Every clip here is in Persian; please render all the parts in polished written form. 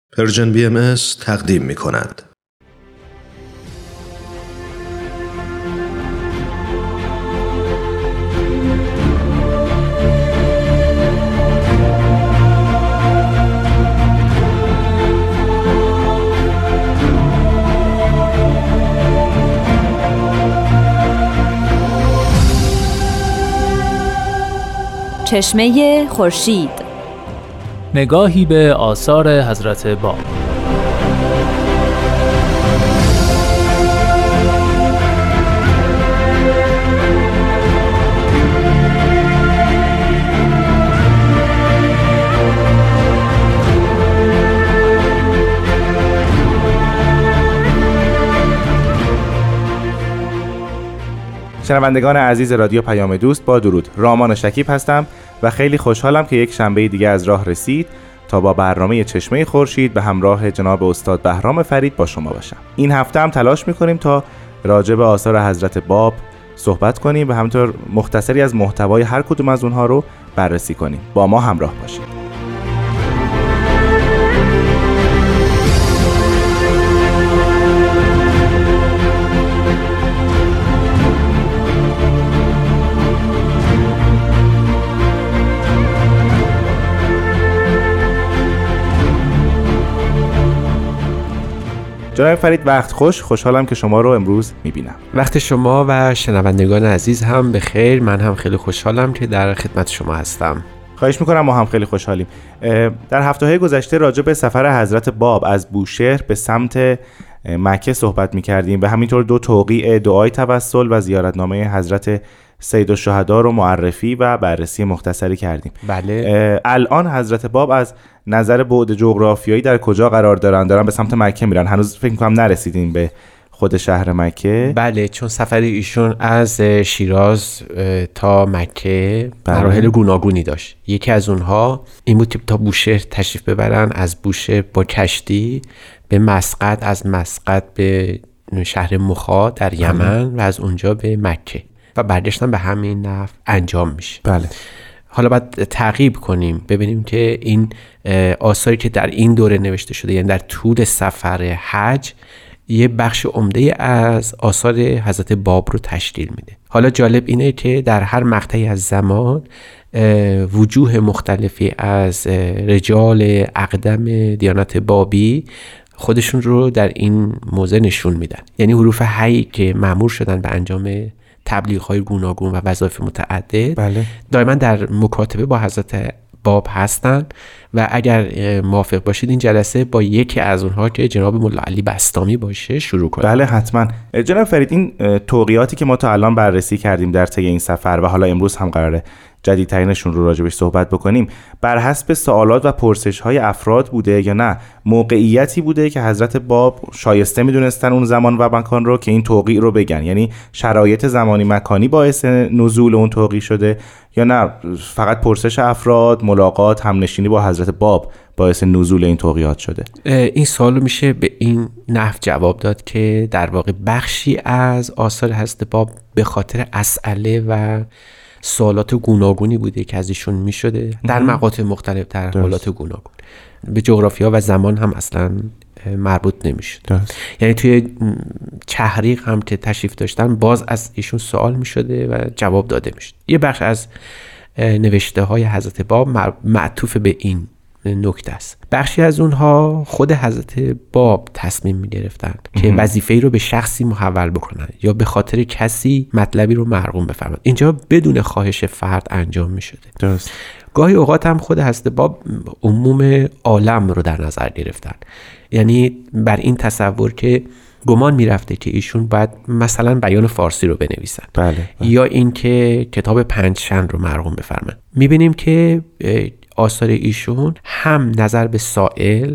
پرژن BMS تقدیم می کند. چشمه خورشید، نگاهی به آثار حضرت باب. شنوندگان عزیز رادیو پیام دوست، با درود. رامان شکیب هستم و خیلی خوشحالم که یک شنبه دیگه از راه رسید تا با برنامه چشمه خورشید به همراه جناب استاد بهرام فرید با شما باشم. این هفته هم تلاش میکنیم تا راجع به آثار حضرت باب صحبت کنیم و همینطور مختصری از محتوای هر کدوم از اونها رو بررسی کنیم. با ما همراه باشید. جناب فرید وقت خوشحالم که شما رو امروز میبینم. وقت شما و شنوندگان عزیز هم به خیر. من هم خیلی خوشحالم که در خدمت شما هستم. خواهش میکنم، ما هم خیلی خوشحالیم. در هفته‌های گذشته راجع به سفر حضرت باب از بوشهر به سمت مکه صحبت میکردیم و همینطور دو توقیع دعای توسل و زیارتنامه حضرت سید الشهدا رو معرفی و بررسی مختصری کردیم. بله. الان حضرت باب از نظر بعد جغرافیایی در کجا قرار دارن به سمت مکه میرن؟ هنوز فکر می‌کنم نرسیدین به خود شهر مکه. بله، چون سفر ایشون از شیراز تا مکه مراحل گوناگونی داشت. یکی از اونها این بود که تا بوشهر تشریف ببرن، از بوشهر با کشتی به مسقط، از مسقط به شهر مخا در یمن و از اونجا به مکه و برگشتن به همین نحو انجام میشه. بله. حالا باید تعقیب کنیم ببینیم که این آثاری که در این دوره نوشته شده، یعنی در طول سفر حج، یه بخش عمده از آثار حضرت باب رو تشکیل میده. حالا جالب اینه که در هر مقطعی از زمان وجوه مختلفی از رجال اقدم دیانت بابی خودشون رو در این موضع نشون میدن. یعنی حروف حی که مأمور شدن به انجام تبلیغ‌های گوناگون و وظایف متعدد، بله، دائما در مکاتبه با حضرت باب هستن و اگر موافق باشید این جلسه با یکی از اونها که جناب مولا علی بسطامی باشه شروع کنیم. بله حتما. جناب فرید، این توقیاتی که ما تا الان بررسی کردیم در طی این سفر و حالا امروز هم قراره جدیدترینشون رو راجبش صحبت بکنیم، بر حسب سوالات و پرسش‌های افراد بوده یا نه موقعیتی بوده که حضرت باب شایسته می‌دونستن اون زمان و مکان رو که این توقیع رو بگن؟ یعنی شرایط زمانی مکانی باعث نزول اون توقیع شده یا نه فقط پرسش افراد، ملاقات، همنشینی با حضرت باب باعث نزول این توقیعات شده؟ این سوالو میشه به این نحو جواب داد که در واقع بخشی از آثار حضرت باب به خاطر اسئله و سوالات گوناگونی بوده که از ایشون میشده در مقاطع مختلف، در حالات گوناگون، به جغرافیا و زمان هم اصلا مربوط نمیشد. یعنی توی چهریق هم که تشریف داشتن باز از ایشون سوال میشده و جواب داده میشد. یه بخش از نوشته های حضرت باب معطوف به این نکته است. بخشی از اونها خود حضرت باب تصمیم می‌گرفتن که وظیفه‌ای رو به شخصی محول بکنن یا به خاطر کسی مطلبی رو مرقوم بفرمایند. اینجا بدون خواهش فرد انجام می‌شده. درست. گاهی اوقات هم خود حضرت باب عموم عالم رو در نظر گرفتن. یعنی بر این تصور که گمان میرفته که ایشون باید مثلا بیان فارسی رو بنویسن. بله. یا اینکه کتاب پنجشن رو مرقوم بفرمایند. می‌بینیم که آثار ایشون هم نظر به سائل،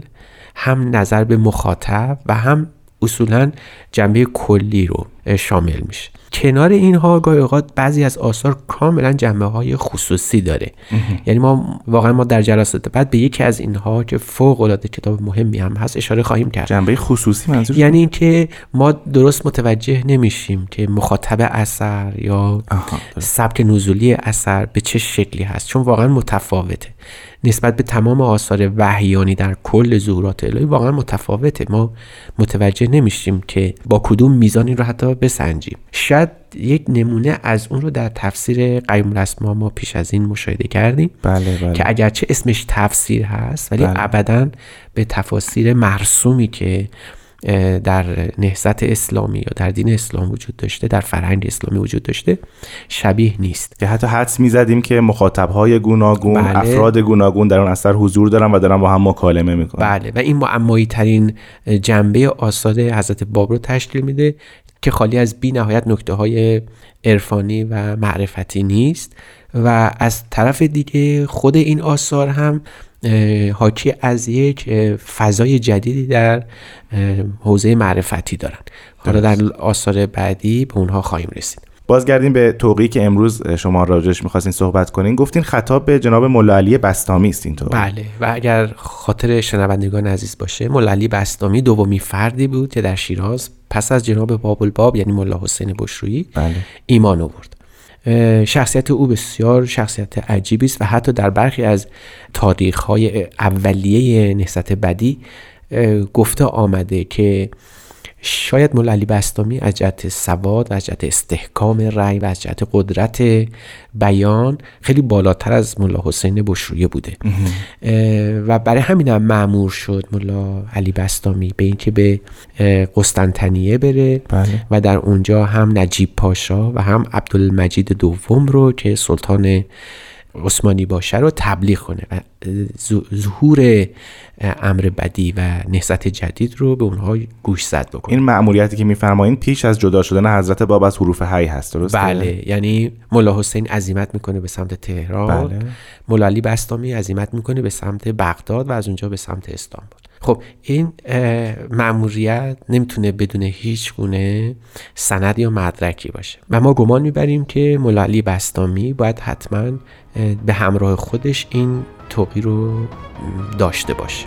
هم نظر به مخاطب و هم اصولاً جنبه کلی رو شامل میشه. کنار اینها گاهی اوقات بعضی از آثار کاملا جنبه‌های خصوصی داره. یعنی ما در جلسات بعد به یکی از اینها که فوق‌العاده کتاب مهمی هم هست اشاره خواهیم کرد. جنبه خصوصی منظور یعنی اینکه ما درست متوجه نمیشیم که مخاطب اثر یا سبک نزولی اثر به چه شکلی هست، چون واقعا متفاوته. نسبت به تمام آثار وحیانی در کل ظهورات الهی واقعا متفاوته. ما متوجه نمیشیم که با کدوم میزان این رو حتی بسنجیم. شاید یک نمونه از اون رو در تفسیر قیوم الاسما ما پیش از این مشاهده کردیم. بله. که اگرچه اسمش تفسیر هست ولی ابداً به تفاسیر مرسومی که در نهضت اسلامی یا در دین اسلام وجود داشته، در فرهنگ اسلامی وجود داشته، شبیه نیست. که حتی حدس می‌زدیم که مخاطب‌های گوناگون، افراد گوناگون در اون اثر حضور دارن و دارن با هم مکالمه میکنن. بله، و این معمایی ترین جنبه آثار حضرت باب رو تشکیل میده که خالی از بی نهایت نکته‌های عرفانی و معرفتی نیست و از طرف دیگه خود این آثار هم حاکی از یک فضای جدیدی در حوزه معرفتی دارن. حالا در آثار بعدی به اونها خواهیم رسید. بازگردیم به توقیعی که امروز شما راجعش می‌خواستین صحبت کنین. گفتین خطاب به جناب ملا علی بسطامی است این توقیع. بله، و اگر خاطر شنوندگان عزیز باشه، ملا علی بسطامی دومین فردی بود که در شیراز پس از جناب باب الباب یعنی ملا حسین بشرویی ایمان آورد. شخصیت او بسیار شخصیت عجیبی است و حتی در برخی از تاریخ‌های اولیه نهضت بدی گفته آمده که شاید مولا علی بسطامی از جهت سواد و از جهت استحکام رأی و از جهت قدرت بیان خیلی بالاتر از مولا حسین بشرویی بوده و برای همین هم مأمور شد مولا علی بسطامی به اینکه به قسطنطنیه بره و در اونجا هم نجیب پاشا و هم عبدالمجید دوم رو که سلطان عثمانی باشه رو تبلیغ کنه و ظهور امر بدی و نهضت جدید رو به اونها گوشزد بکنه. این مأموریتی که می‌فرمایین پیش از جدا شدن حضرت باب از حروف حی هست، درسته؟ بله، یعنی مولا حسین عزیمت میکنه به سمت تهران. بله. مولا علی بسطامی عزیمت میکنه به سمت بغداد و از اونجا به سمت استانبول. خب این مأموریت نمیتونه بدون هیچ گونه سند یا مدرکی باشه و ما گمان میبریم که مولا علی بسطامی باید حتما به همراه خودش این توقیع رو داشته باشه.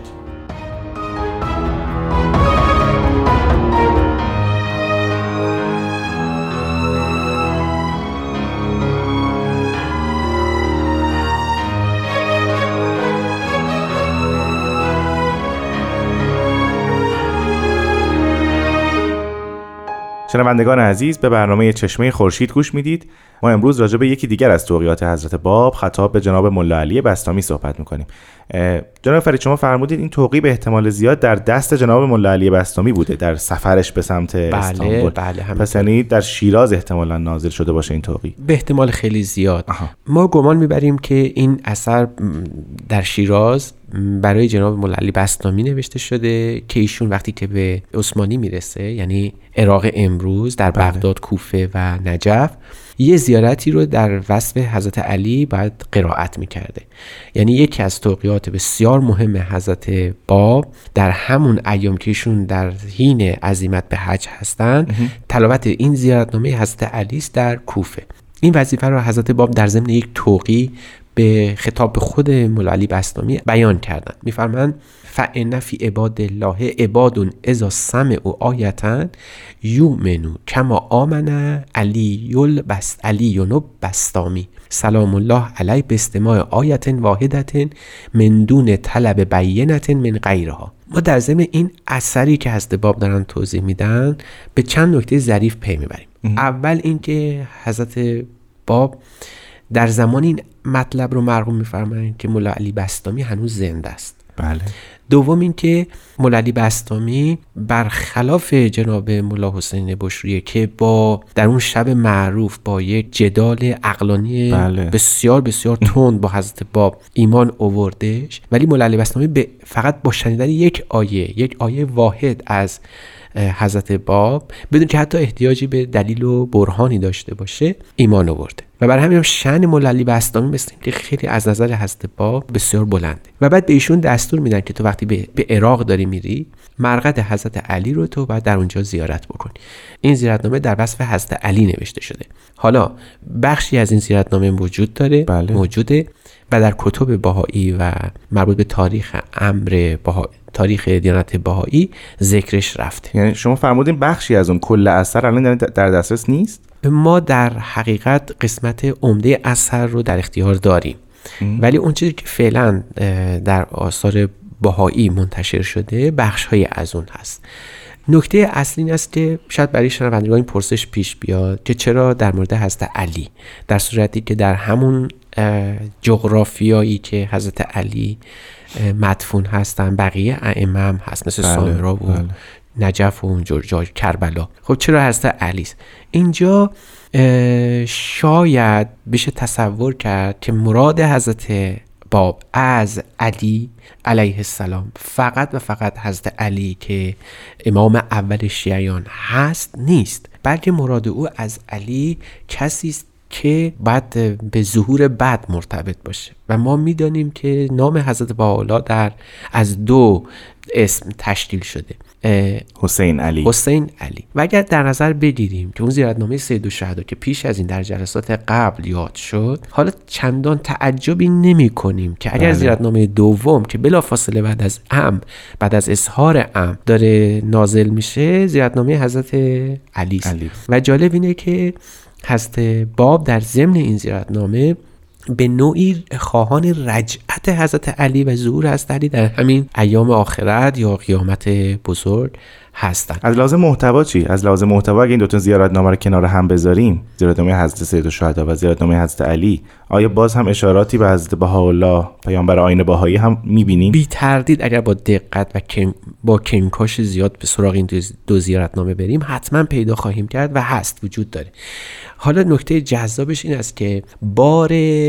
شنوندگان عزیز، به برنامه چشمه خورشید گوش میدید. ما امروز راجع به یکی دیگر از توقیعات حضرت باب خطاب به جناب ملا علی بسطامی صحبت میکنیم. جناب فرید، شما فرمودید این توقیع به احتمال زیاد در دست جناب ملا علی بسطامی بوده در سفرش به سمت استانبول. بله، پس یعنی در شیراز احتمالاً نازل شده باشه این توقیع. به احتمال خیلی زیاد. ما گمان میبریم که این اثر در شیراز برای جناب ملا علی بسطامی نوشته شده که ایشون وقتی که به عثمانی میرسه، یعنی عراق امروز، در بغداد، کوفه و نجف، یه زیارتی رو در وصف حضرت علی باید قرائت میکرده. یعنی یکی از توقیعات بسیار مهم حضرت باب در همون ایام که ایشون در حین عزیمت به حج هستن، تلاوت این زیارتنامه حضرت علی است در کوفه. این وظیفه رو حضرت باب در ضمن یک توقیع به خطاب به خود مولا علی بسطامی بیان کردن. میفرمایند فإن فی عباد الله عباد اذا سمعوا آیة یؤمنوا کما آمن علی البسطامی سلام الله علیه باستماع آیة واحدة من دون طلب بینة من غیرها. ما در ضمن این اثری که حضرت باب دارن توضیح میدن به چند نکته ظریف پی میبریم. اول اینکه حضرت باب در زمان این مطلب رو مرقوم می‌فرمایند که مولا علی بسطامی هنوز زنده است. بله. دوم این که مولا علی بسطامی برخلاف جناب مولا حسین بشرویی که در اون شب معروف با یک جدال عقلانی بسیار بسیار تند با حضرت باب ایمان آوردش، ولی مولا علی بسطامی فقط با شنیدن یک آیه واحد از حضرت باب بدون که حتی احتیاجی به دلیل و برهانی داشته باشه ایمان آورده و برای همین شأن مولا علی بسطامی مثل که خیلی از نظر حضرت باب بسیار بلنده و بعد به ایشون دستور میدن که تو وقتی به عراق داری میری، مرقد حضرت علی رو تو باید در اونجا زیارت بکنی. این زیارتنامه در وصف حضرت علی نوشته شده. حالا بخشی از این زیارتنامه وجود داره، موجوده و در کتب بهایی و مربوط به تاریخ تاریخ دیانت بهایی ذکرش رفته. یعنی شما فرمودین بخشی از اون کل اثر الان در دسترس نیست؟ ما در حقیقت قسمت عمده اثر رو در اختیار داریم. ولی اون چیزی که فعلا در آثار بهایی منتشر شده بخش‌های از اون هست. نکته اصلی این است که شاید برای شنوندگان این پرسش پیش بیاد که چرا در مورد حضرت علی، در صورتی که در همون جغرافیایی که حضرت علی مدفون هستن بقیه ائمه هم هست، مثل سامرا و نجف و اونجور جای کربلا. خب چرا حضرت علی است؟ اینجا شاید بشه تصور کرد که مراد حضرت باب از علی علیه السلام فقط و فقط حضرت علی که امام اول شیعیان هست نیست، بلکه مراد او از علی کسی است که بعد به ظهور بعد مرتبط باشه. و ما میدانیم که نام حضرت بهاءالله از 2 اسم تشکیل شده، حسین علی. و اگر در نظر بگیریم که اون زیارتنامه سید الشهدا که پیش از این در جلسات قبل یاد شد، حالا چندان تعجبی نمی کنیم که اگر زیارتنامه دوم که بلافاصله بعد از اظهار امر داره نازل میشه زیارتنامه حضرت علی است. و جالب اینه که حضرت باب در ضمن این زیارتنامه به نوعی خواهان رجعت حضرت علی و ظهور حضرت علی در همین ایام آخرت یا قیامت بزرگ هستن. از لحاظ محتوا چی؟ از لحاظ محتوا اگه این دو تا زیارتنامه رو کنار هم بذاریم، زیارتنامه حضرت سید الشهدا و زیارتنامه حضرت علی، آیا باز هم اشاراتی به حضرت بهاءالله پیامبر آیین بهایی هم می‌بینیم؟ بی تردید اگر با دقت و با کنکاش زیاد به سراغ این دو زیارتنامه بریم حتما پیدا خواهیم کرد و هست، وجود داره. حالا نکته جذابش این است که بار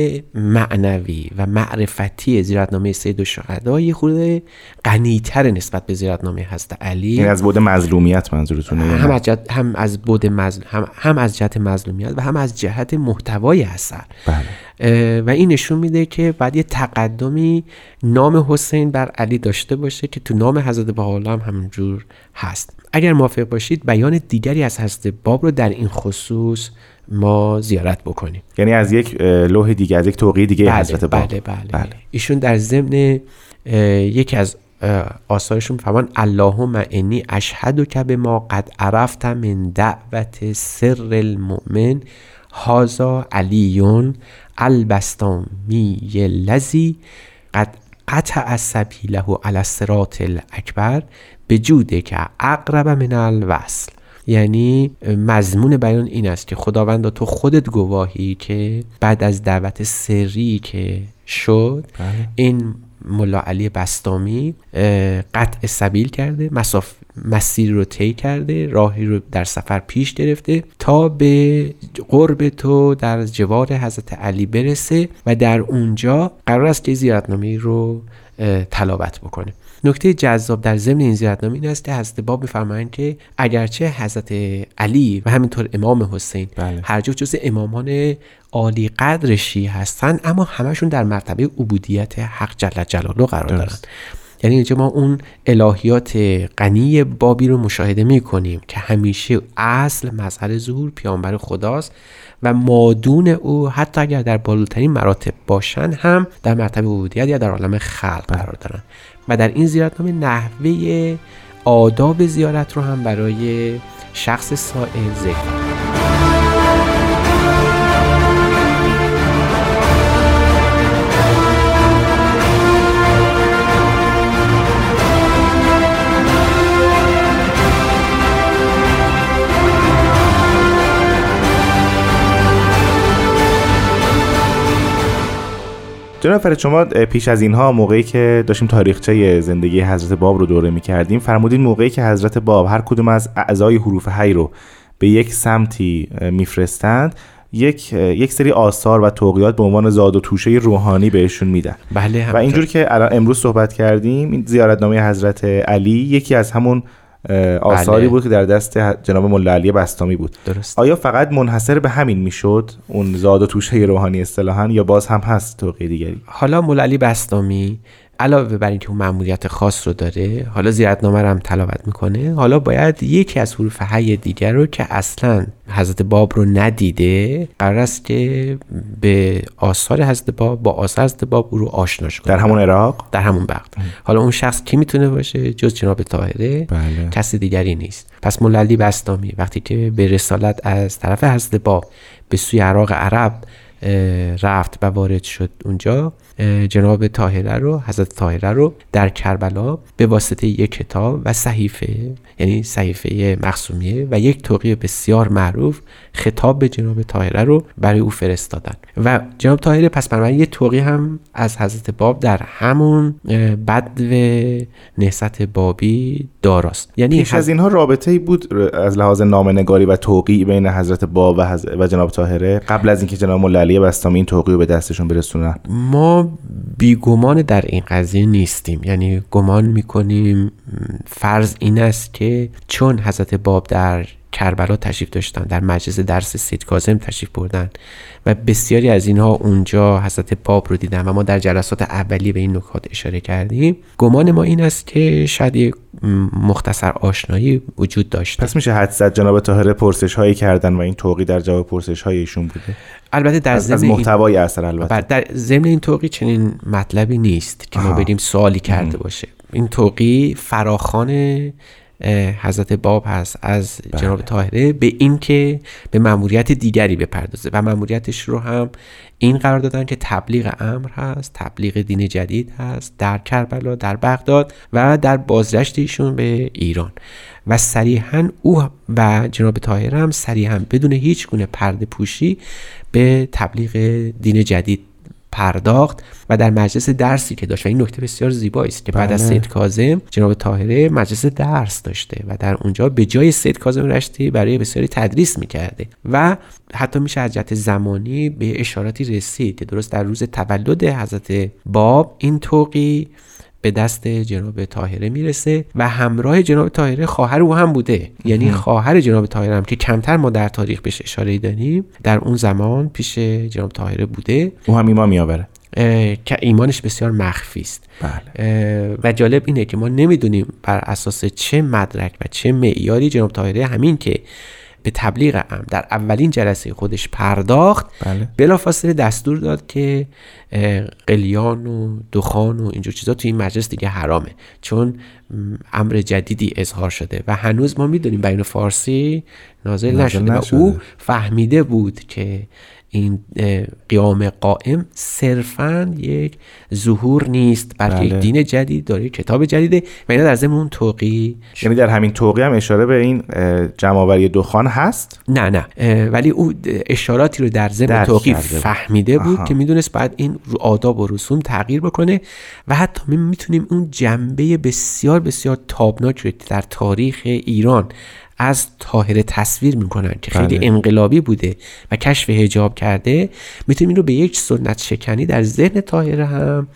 معنوی و معرفتی زیارتنامه سید الشهدا یه خورده غنی‌تر نسبت به زیارتنامه حضرت علی. یعنی از بعد مظلومیت منظورتونه؟ هم از بعد هم از جهت مظلومیت و هم از جهت محتوای اثر. بله. و این نشون میده که بعد یه تقدمی نام حسین بر علی داشته باشه که تو نام حضرت بهاءالله هم همینجور هست. اگر موافق باشید بیان دیگری از حضرت باب رو در این خصوص ما زیارت بکنیم. یعنی از یک لوح دیگه، از یک توقیه دیگه حضرت باب. بله. ایشون در ضمن یکی از آثارشون فرمان اللهم انی اشهدک بما قد عرفت من دعوت سر المؤمن هذا علی البستامی الذی قد قطع سبیله علی الصراط الاکبر بجودک اقرب من الوصل. یعنی مضمون بیان این است که خداوندا تو خودت گواهی که بعد از دعوت سری که شد این ملا علی بستامی قطع سبیل کرده، مسیر رو طی کرده، راهی رو در سفر پیش گرفته تا به قرب تو در جوار حضرت علی برسه و در اونجا قرار است که زیارتنامه رو تلاوت بکنه. نکته جذاب در ضمن این زیارتنامه این است که حضرت باب می‌فرمایند که اگرچه حضرت علی و همینطور امام حسین هر جزء امامان عالی قدر شیعه هستند، اما همشون در مرتبه عبودیت حق جل جلاله قرار دارند. یعنی اینجا ما اون الهیات غنی بابی رو مشاهده می‌کنیم که همیشه اصل مظهر ظهور پیامبر خداست و مادون او حتی اگر در بالاترین مراتب باشن هم در مرتبه عبودیت یا در عالم خلق قرار دارن. و در این زیارتنامه نحوه آداب زیارت رو هم برای شخص سائل ذکر. جناب فرید، شما پیش از اینها موقعی که داشتیم تاریخچه زندگی حضرت باب رو دوره می‌کردیم فرمودین موقعی که حضرت باب هر کدوم از اعضای حروف حی رو به یک سمتی میفرستند یک سری آثار و توقیات به عنوان زاد و توشه روحانی بهشون میدن. بله. و اینجور که الان امروز صحبت کردیم این زیارتنامه حضرت علی یکی از همون آثاری بود که در دست جناب ملا علی بستامی بود. درست. آیا فقط منحصر به همین میشد اون زاد و توشه روحانی اصطلاحاً یا باز هم هست توقیه دیگری؟ حالا ملا علی بستامی علاوه بر اینکه اون مأموریت خاص رو داره، حالا زیارتنامه رو هم تلاوت میکنه، حالا باید یکی از حروف حی دیگر رو که اصلا حضرت باب رو ندیده قرار است که به آثار حضرت باب با آثار حضرت باب او رو آشناش کنه. در همون عراق، در همون بغداد. حالا اون شخص کی میتونه باشه جز جناب طاهره؟ بله. کسی دیگری نیست. پس ملا علی بستامی وقتی که به رسالت از طرف حضرت باب به سوی عراق عرب رفت و وارد شد اونجا، جناب طاهره رو، حضرت طاهره رو در کربلا به واسطه یک کتاب و صحیفه، یعنی صحیفه مخزومیه و یک توقیه بسیار معروف، خطاب به جناب طاهره رو برای او فرستادن و جناب طاهره پس بنابراین یک توقیه هم از حضرت باب در همون بدو نهضت بابی داراست. یعنی پیش از اینها رابطه‌ای بود از لحاظ نامه‌نگاری و توقیع بین حضرت باب و جناب طاهره قبل از اینکه جناب ملا علی بسطامی این توقیع رو به دستشون برسونن؟ ما بیگمان در این قضیه نیستیم، یعنی گمان میکنیم فرض این است که چون حضرت باب در کربلا تشریف داشتن، در مجلس درس سید کاظم تشریف بردن و بسیاری از اینها اونجا حضرت باب رو دیدن و ما در جلسات اولیه به این نکات اشاره کردیم، گمان ما این است که شاید یک مختصر آشنایی وجود داشته. پس میشه حدس زد جناب طاهره پرسش هایی کردن و این توقیع در جواب پرسش های ایشون بوده. البته در از محتوای اثر، البته در ضمن این توقیع چنین مطلبی نیست که ما بریم سوالی کرده باشه. این توقیع فراخوان حضرت باب هست از جناب طاهره به این که به مأموریت دیگری بپردازه و مأموریتش رو هم این قرار دادن که تبلیغ امر هست، تبلیغ دین جدید هست در کربلا، در بغداد و در بازگشت ایشون به ایران. و صریحاً او و جناب طاهره هم صریحاً بدون هیچ گونه پرده پوشی به تبلیغ دین جدید پرداخت و در مجلس درسی که داشت، و این نکته بسیار زیبایی است که بعد از سید کاظم جناب طاهره مجلس درس داشته و در اونجا به جای سید کاظم رشتی برای بسیاری تدریس میکرده و حتی میشه از جهت زمانی به اشاراتی رسید که درست در روز تولد حضرت باب این توقیع به دست جناب طاهره میرسه و همراه جناب طاهره خواهر او هم بوده. یعنی خواهر جناب طاهره هم که کمتر ما در تاریخ بهش اشاره داریم در اون زمان پیش جناب طاهره بوده. او هم ایمان میآوره که ایمانش بسیار مخفی است. بله. و جالب اینه که ما نمیدونیم بر اساس چه مدرک و چه معیاری جناب طاهره همین که به تبلیغ امر در اولین جلسه خودش پرداخت، بلافاصله دستور داد که قلیان و دخان و اینجور چیزا تو این مجلس دیگه حرامه، چون امر جدیدی اظهار شده و هنوز ما میدونیم بیان فارسی نازل نشده و او فهمیده بود که این قیام قائم صرفاً یک ظهور نیست بلکه یک دین جدید داره، کتاب جدیده و اینا در ضمن اون توقیع. یعنی در همین توقیع هم اشاره به این جمع‌آوری دخان هست؟ نه ولی او اشاراتی رو در ضمن توقیع فهمیده بود که میدونست بعد این آداب و رسوم تغییر بکنه و حتی میتونیم اون جنبه بسیار بسیار تابناک رو در تاریخ ایران از طاهره تصویر میکنن که خیلی انقلابی بوده و کشف حجاب کرده، میتونیم این رو به یک سنت شکنی در ذهن طاهره هم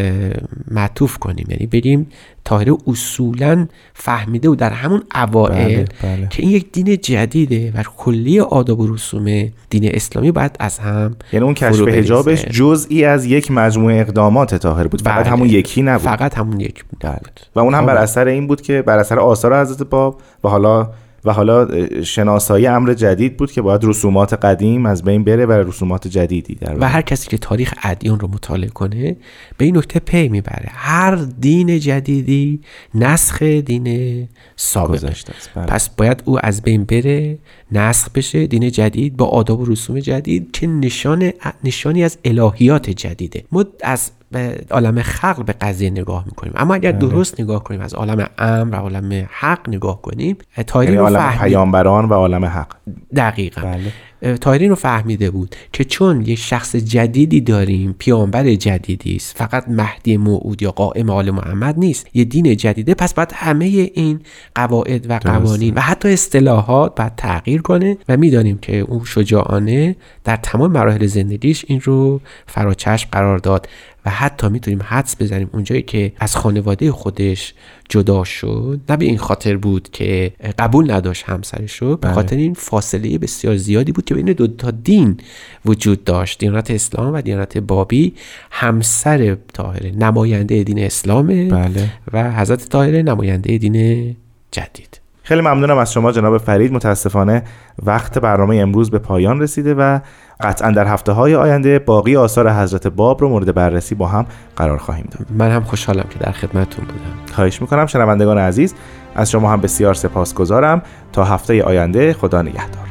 معطوف کنیم. یعنی بگیم طاهره اصولا فهمیده و در همون اوائل که این یک دین جدیده و کلی آداب و رسوم دین اسلامی باید از هم، یعنی اون کشف حجابش جزئی از یک مجموعه اقدامات طاهره بود، فقط همون یکی نبود، فقط همون یک بود و اون هم بر اثر این بود که بر اثر آثار حضرت باب و حالا شناسایی امر جدید بود که باید رسومات قدیم از بین بره و رسومات جدیدی در و هر کسی که تاریخ ادیان رو مطالعه کنه به این نکته پی میبره هر دین جدیدی نسخ دین سابق است. پس باید او از بین بره، نسخ بشه، دین جدید با آداب و رسوم جدید که نشانی از الهیات جدیده. ما از عالم خلق به قضیه نگاه میکنیم، اما اگر درست نگاه کنیم از عالم امر و عالم حق نگاه کنیم، طاهری رو عالم پیامبران و عالم حق دقیقاً طاهری رو فهمیده بود که چون یک شخص جدیدی داریم، پیامبر جدیدی است، فقط مهدی موعود یا قائم آل محمد نیست، یه دین جدیده، پس باید همه این قواعد و قوانین و حتی اصطلاحات باید تغییر کنه و میدانیم که اون شجاعانه در تمام مراحل زندگیش این رو فراچشم قرار داد و حتی میتونیم حدس بزنیم اونجایی که از خانواده خودش جدا شد نه به این خاطر بود که قبول نداشت همسرش رو، به خاطر این فاصله بسیار زیادی بود که بین دو تا دین وجود داشت، دیانت اسلام و دیانت بابی. همسر طاهره نماینده دین اسلامه و حضرت طاهره نماینده دین جدید. خیلی ممنونم از شما جناب فرید. متاسفانه وقت برنامه امروز به پایان رسیده و قطعا در هفته‌های آینده باقی آثار حضرت باب رو مورد بررسی با هم قرار خواهیم داد. من هم خوشحالم که در خدمتتون بودم. خواهش میکنم. شنوندگان عزیز، از شما هم بسیار سپاسگزارم. تا هفته آینده، خدا نگهدار.